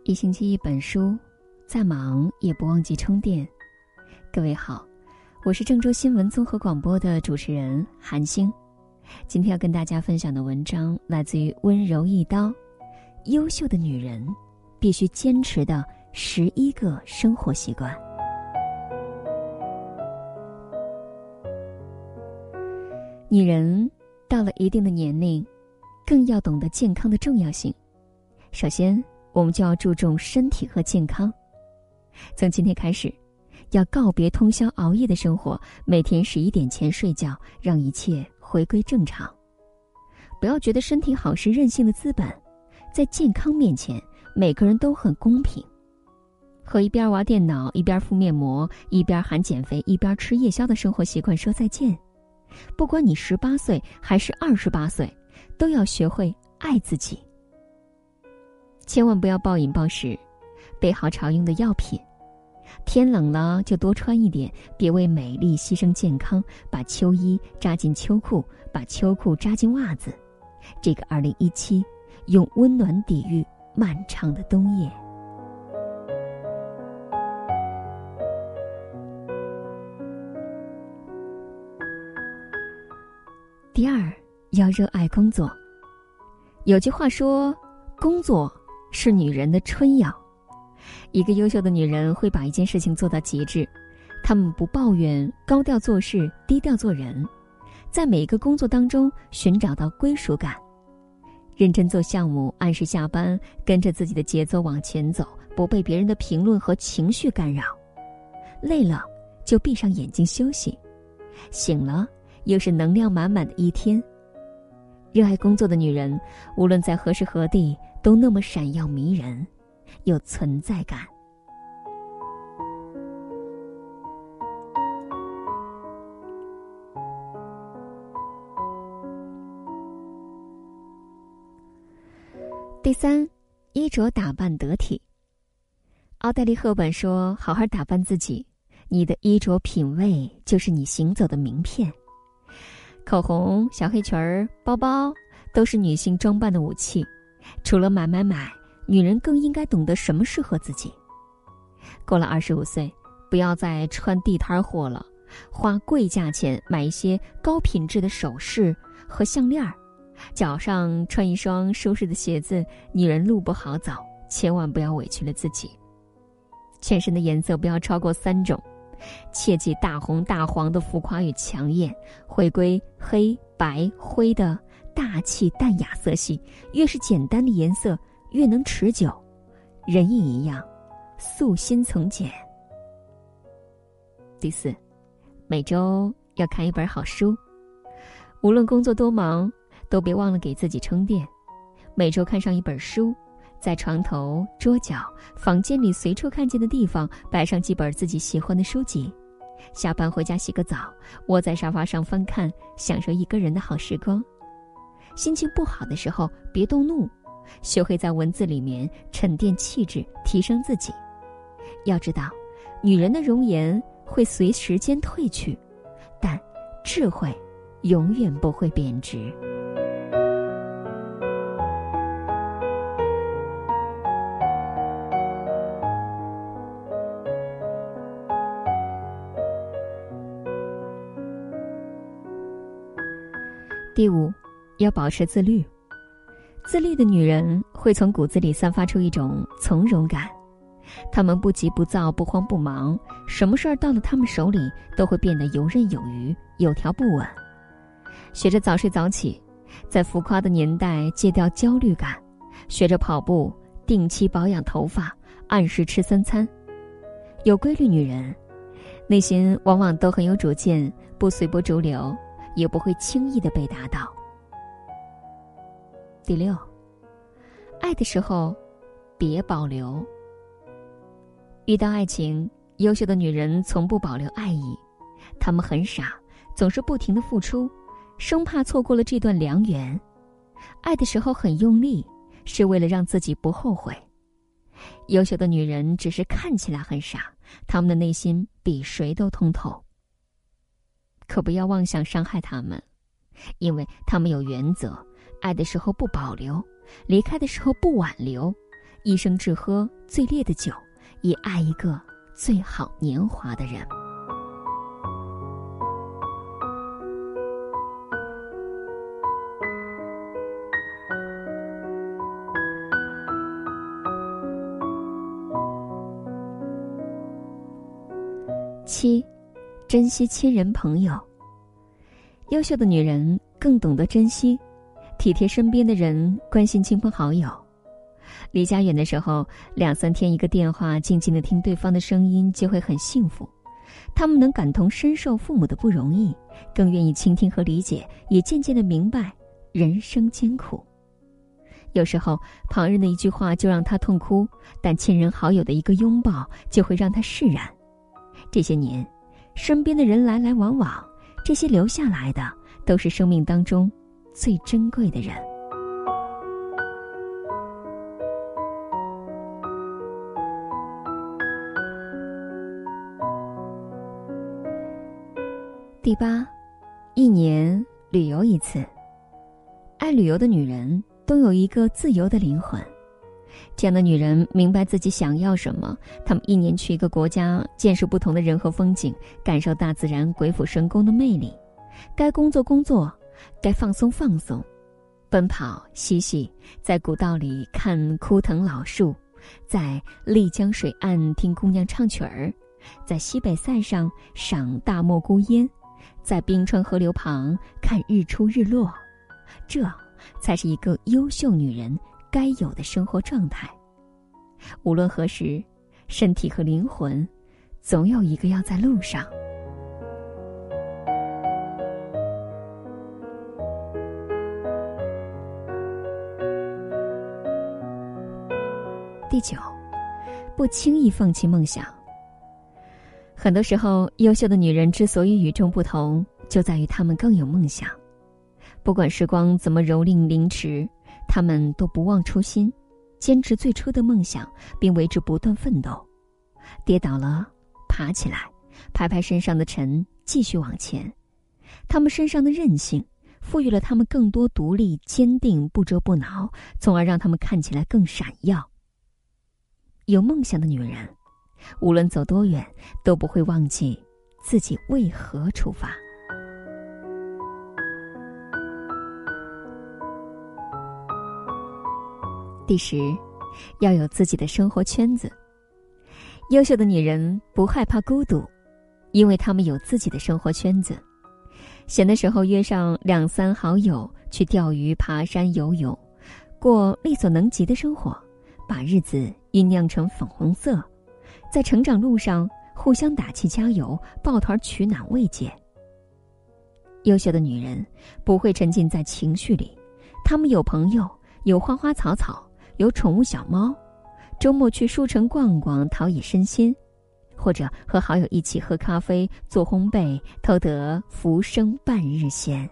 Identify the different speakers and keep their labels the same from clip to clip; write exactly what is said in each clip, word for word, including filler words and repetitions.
Speaker 1: 一星期一本书，再忙也不忘记充电。各位好，我是郑州新闻综合广播的主持人韩星。今天要跟大家分享的文章来自于温柔一刀，优秀的女人必须坚持的十一个生活习惯。女人到了一定的年龄，更要懂得健康的重要性。首先，我们就要注重身体和健康。从今天开始，要告别通宵熬夜的生活，每天十一点前睡觉，让一切回归正常。不要觉得身体好是任性的资本，在健康面前，每个人都很公平。和一边玩电脑，一边敷面膜，一边喊减肥，一边吃夜宵的生活习惯说再见。不管你十八岁还是二十八岁，都要学会爱自己。千万不要暴饮暴食，备好常用的药品。天冷了就多穿一点，别为美丽牺牲健康，把秋衣扎进秋裤，把秋裤扎进袜子。这个二零一七，用温暖抵御漫长的冬夜。第二，要热爱工作。有句话说，工作是女人的春药。一个优秀的女人会把一件事情做到极致，她们不抱怨，高调做事，低调做人，在每一个工作当中寻找到归属感，认真做项目，按时下班，跟着自己的节奏往前走，不被别人的评论和情绪干扰。累了就闭上眼睛休息，醒了又是能量满满的一天。热爱工作的女人，无论在何时何地，都那么闪耀迷人，有存在感。第三，衣着打扮得体。奥黛丽·赫本说，好好打扮自己，你的衣着品味就是你行走的名片。口红、小黑裙儿、包包都是女性装扮的武器。除了买买买，女人更应该懂得什么适合自己。过了二十五岁，不要再穿地摊货了，花贵价钱买一些高品质的首饰和项链，脚上穿一双舒适的鞋子。女人路不好走，千万不要委屈了自己。全身的颜色不要超过三种，切忌大红大黄的浮夸与抢眼，回归黑白灰的大气淡雅色系。越是简单的颜色越能持久。人亦一样，素心从简。第四，每周要看一本好书。无论工作多忙，都别忘了给自己充电。每周看上一本书，在床头、桌角、房间里随处看见的地方摆上几本自己喜欢的书籍。下班回家洗个澡，窝在沙发上翻看，享受一个人的好时光。心情不好的时候别动怒，学会在文字里面沉淀气质，提升自己。要知道，女人的容颜会随时间褪去，但智慧永远不会贬值。第五，要保持自律。自律的女人会从骨子里散发出一种从容感，她们不急不躁，不慌不忙，什么事儿到了她们手里都会变得游刃有余，有条不紊。学着早睡早起，在浮夸的年代戒掉焦虑感，学着跑步，定期保养头发，按时吃三餐。有规律女人，内心往往都很有主见，不随波逐流，也不会轻易地被打倒。第六，爱的时候别保留。遇到爱情，优秀的女人从不保留爱意，她们很傻，总是不停地付出，生怕错过了这段良缘。爱的时候很用力，是为了让自己不后悔。优秀的女人只是看起来很傻，她们的内心比谁都通透。可不要妄想伤害她们，因为她们有原则，爱的时候不保留，离开的时候不挽留， 一生只喝最烈的酒，也爱一个最好年华的人。七，珍惜亲人朋友。优秀的女人更懂得珍惜，体贴身边的人，关心亲朋好友。离家远的时候，两三天一个电话，静静地听对方的声音，就会很幸福。他们能感同身受父母的不容易，更愿意倾听和理解，也渐渐地明白人生艰苦。有时候旁人的一句话就让他痛哭，但亲人好友的一个拥抱就会让他释然。这些年，身边的人来来往往，这些留下来的都是生命当中最珍贵的人。第八，一年旅游一次。爱旅游的女人都有一个自由的灵魂，这样的女人明白自己想要什么，她们一年去一个国家，见识不同的人和风景，感受大自然鬼斧神工的魅力。该工作工作，该放松放松，奔跑嬉戏，在古道里看枯藤老树，在丽江水岸听姑娘唱曲儿，在西北塞上赏大漠孤烟，在冰川河流旁看日出日落。这才是一个优秀女人该有的生活状态。无论何时，身体和灵魂总有一个要在路上。第九，不轻易放弃梦想。很多时候，优秀的女人之所以与众不同，就在于她们更有梦想。不管时光怎么蹂躏凌迟，她们都不忘初心，坚持最初的梦想，并为之不断奋斗。跌倒了，爬起来，拍拍身上的尘，继续往前。她们身上的韧性，赋予了她们更多独立、坚定、不折不挠，从而让她们看起来更闪耀。有梦想的女人，无论走多远，都不会忘记自己为何出发。第十，要有自己的生活圈子。优秀的女人不害怕孤独，因为她们有自己的生活圈子。闲的时候约上两三好友去钓鱼、爬山、游泳，过力所能及的生活，把日子酝酿成粉红色。在成长路上互相打气加油，抱团取暖慰藉。优秀的女人不会沉浸在情绪里，她们有朋友，有花花草草，有宠物小猫，周末去书城逛逛，陶冶身心，或者和好友一起喝咖啡、做烘焙，偷得浮生半日闲。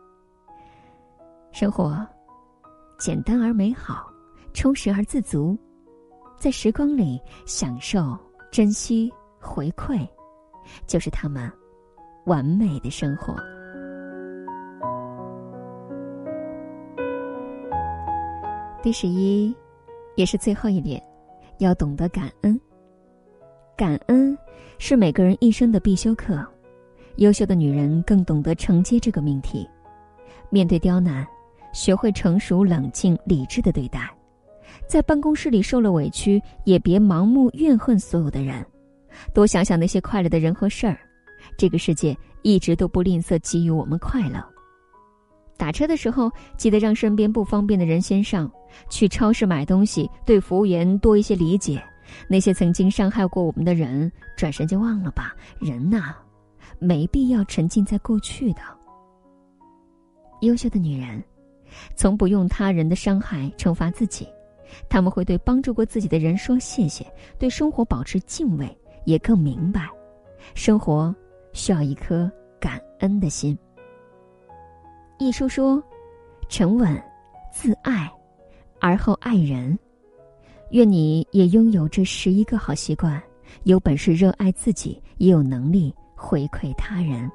Speaker 1: 生活简单而美好，充实而自足，在时光里享受、珍惜、回馈，就是他们完美的生活。第十一，也是最后一点，要懂得感恩。感恩是每个人一生的必修课，优秀的女人更懂得承接这个命题。面对刁难，学会成熟、冷静、理智的对待。在办公室里受了委屈，也别盲目怨恨所有的人，多想想那些快乐的人和事儿。这个世界一直都不吝啬给予我们快乐。打车的时候，记得让身边不方便的人先上。去超市买东西，对服务员多一些理解。那些曾经伤害过我们的人，转身就忘了吧。人呐，没必要沉浸在过去的。优秀的女人，从不用他人的伤害惩罚自己。他们会对帮助过自己的人说谢谢，对生活保持敬畏，也更明白，生活需要一颗感恩的心。一书说，沉稳、自爱，而后爱人。愿你也拥有这十一个好习惯，有本事热爱自己，也有能力回馈他人。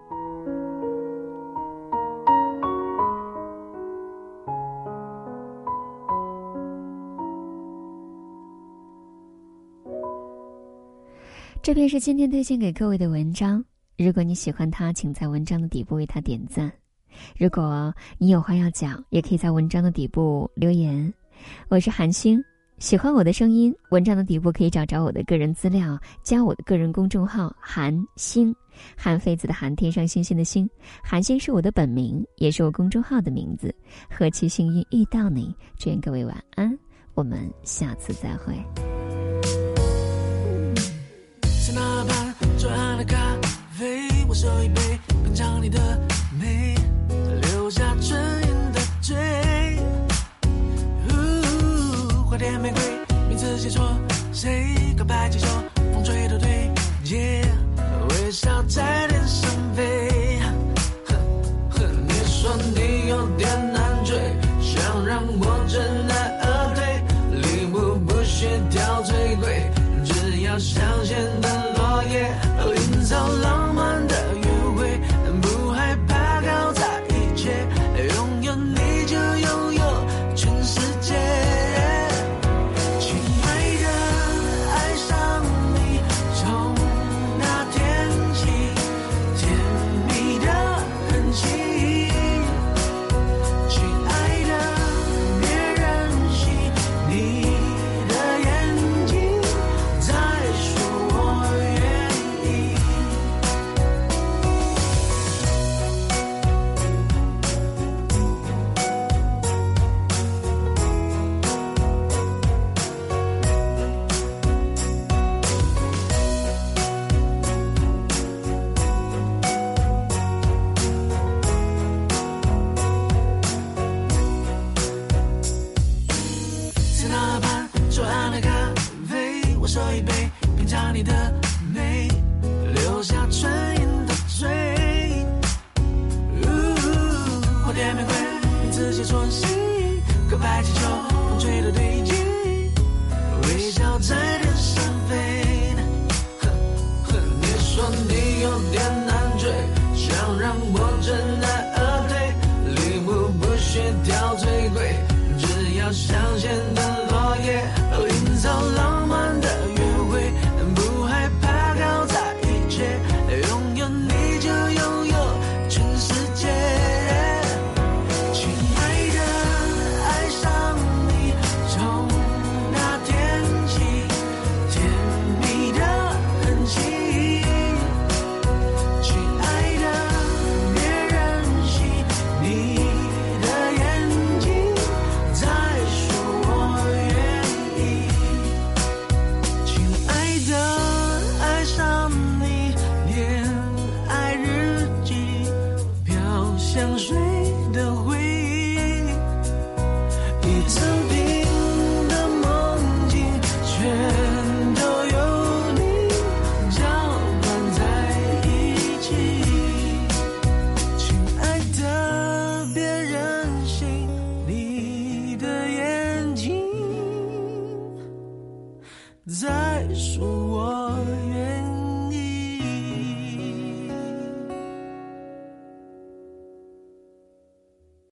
Speaker 1: 这便是今天推荐给各位的文章，如果你喜欢它，请在文章的底部为它点赞。如果你有话要讲，也可以在文章的底部留言。我是韩星，喜欢我的声音，文章的底部可以找着我的个人资料，加我的个人公众号韩星，韩非子的韩，天上星星的星，韩星是我的本名，也是我公众号的名字。何其幸运遇到你，祝愿各位晚安，我们下次再会。
Speaker 2: 在那盘左岸的咖啡，我手一杯，品尝你的美，留下唇印的嘴。花店玫瑰，名字写错，谁告白气球，风吹都对街，微笑在脸上飞。呵呵，你说你有点难追，想让我知难而退，礼物不需挑最贵，只要香榭的落叶，营造浪漫的约会，不害怕搞砸一切，拥有你就拥有全世界。亲爱的，爱上你，从那天起，甜蜜的痕迹。亲爱的，别任性，你的眼睛在说我愿意。在那盘左岸的咖啡，我手一杯，品尝你的美，留下唇印的嘴。花店玫瑰，名字写错谁？告白气球，风吹的对劲，微笑在脸上飞。呵呵，你说你有点难追，想让我知难而退，礼物不需挑最贵，只要想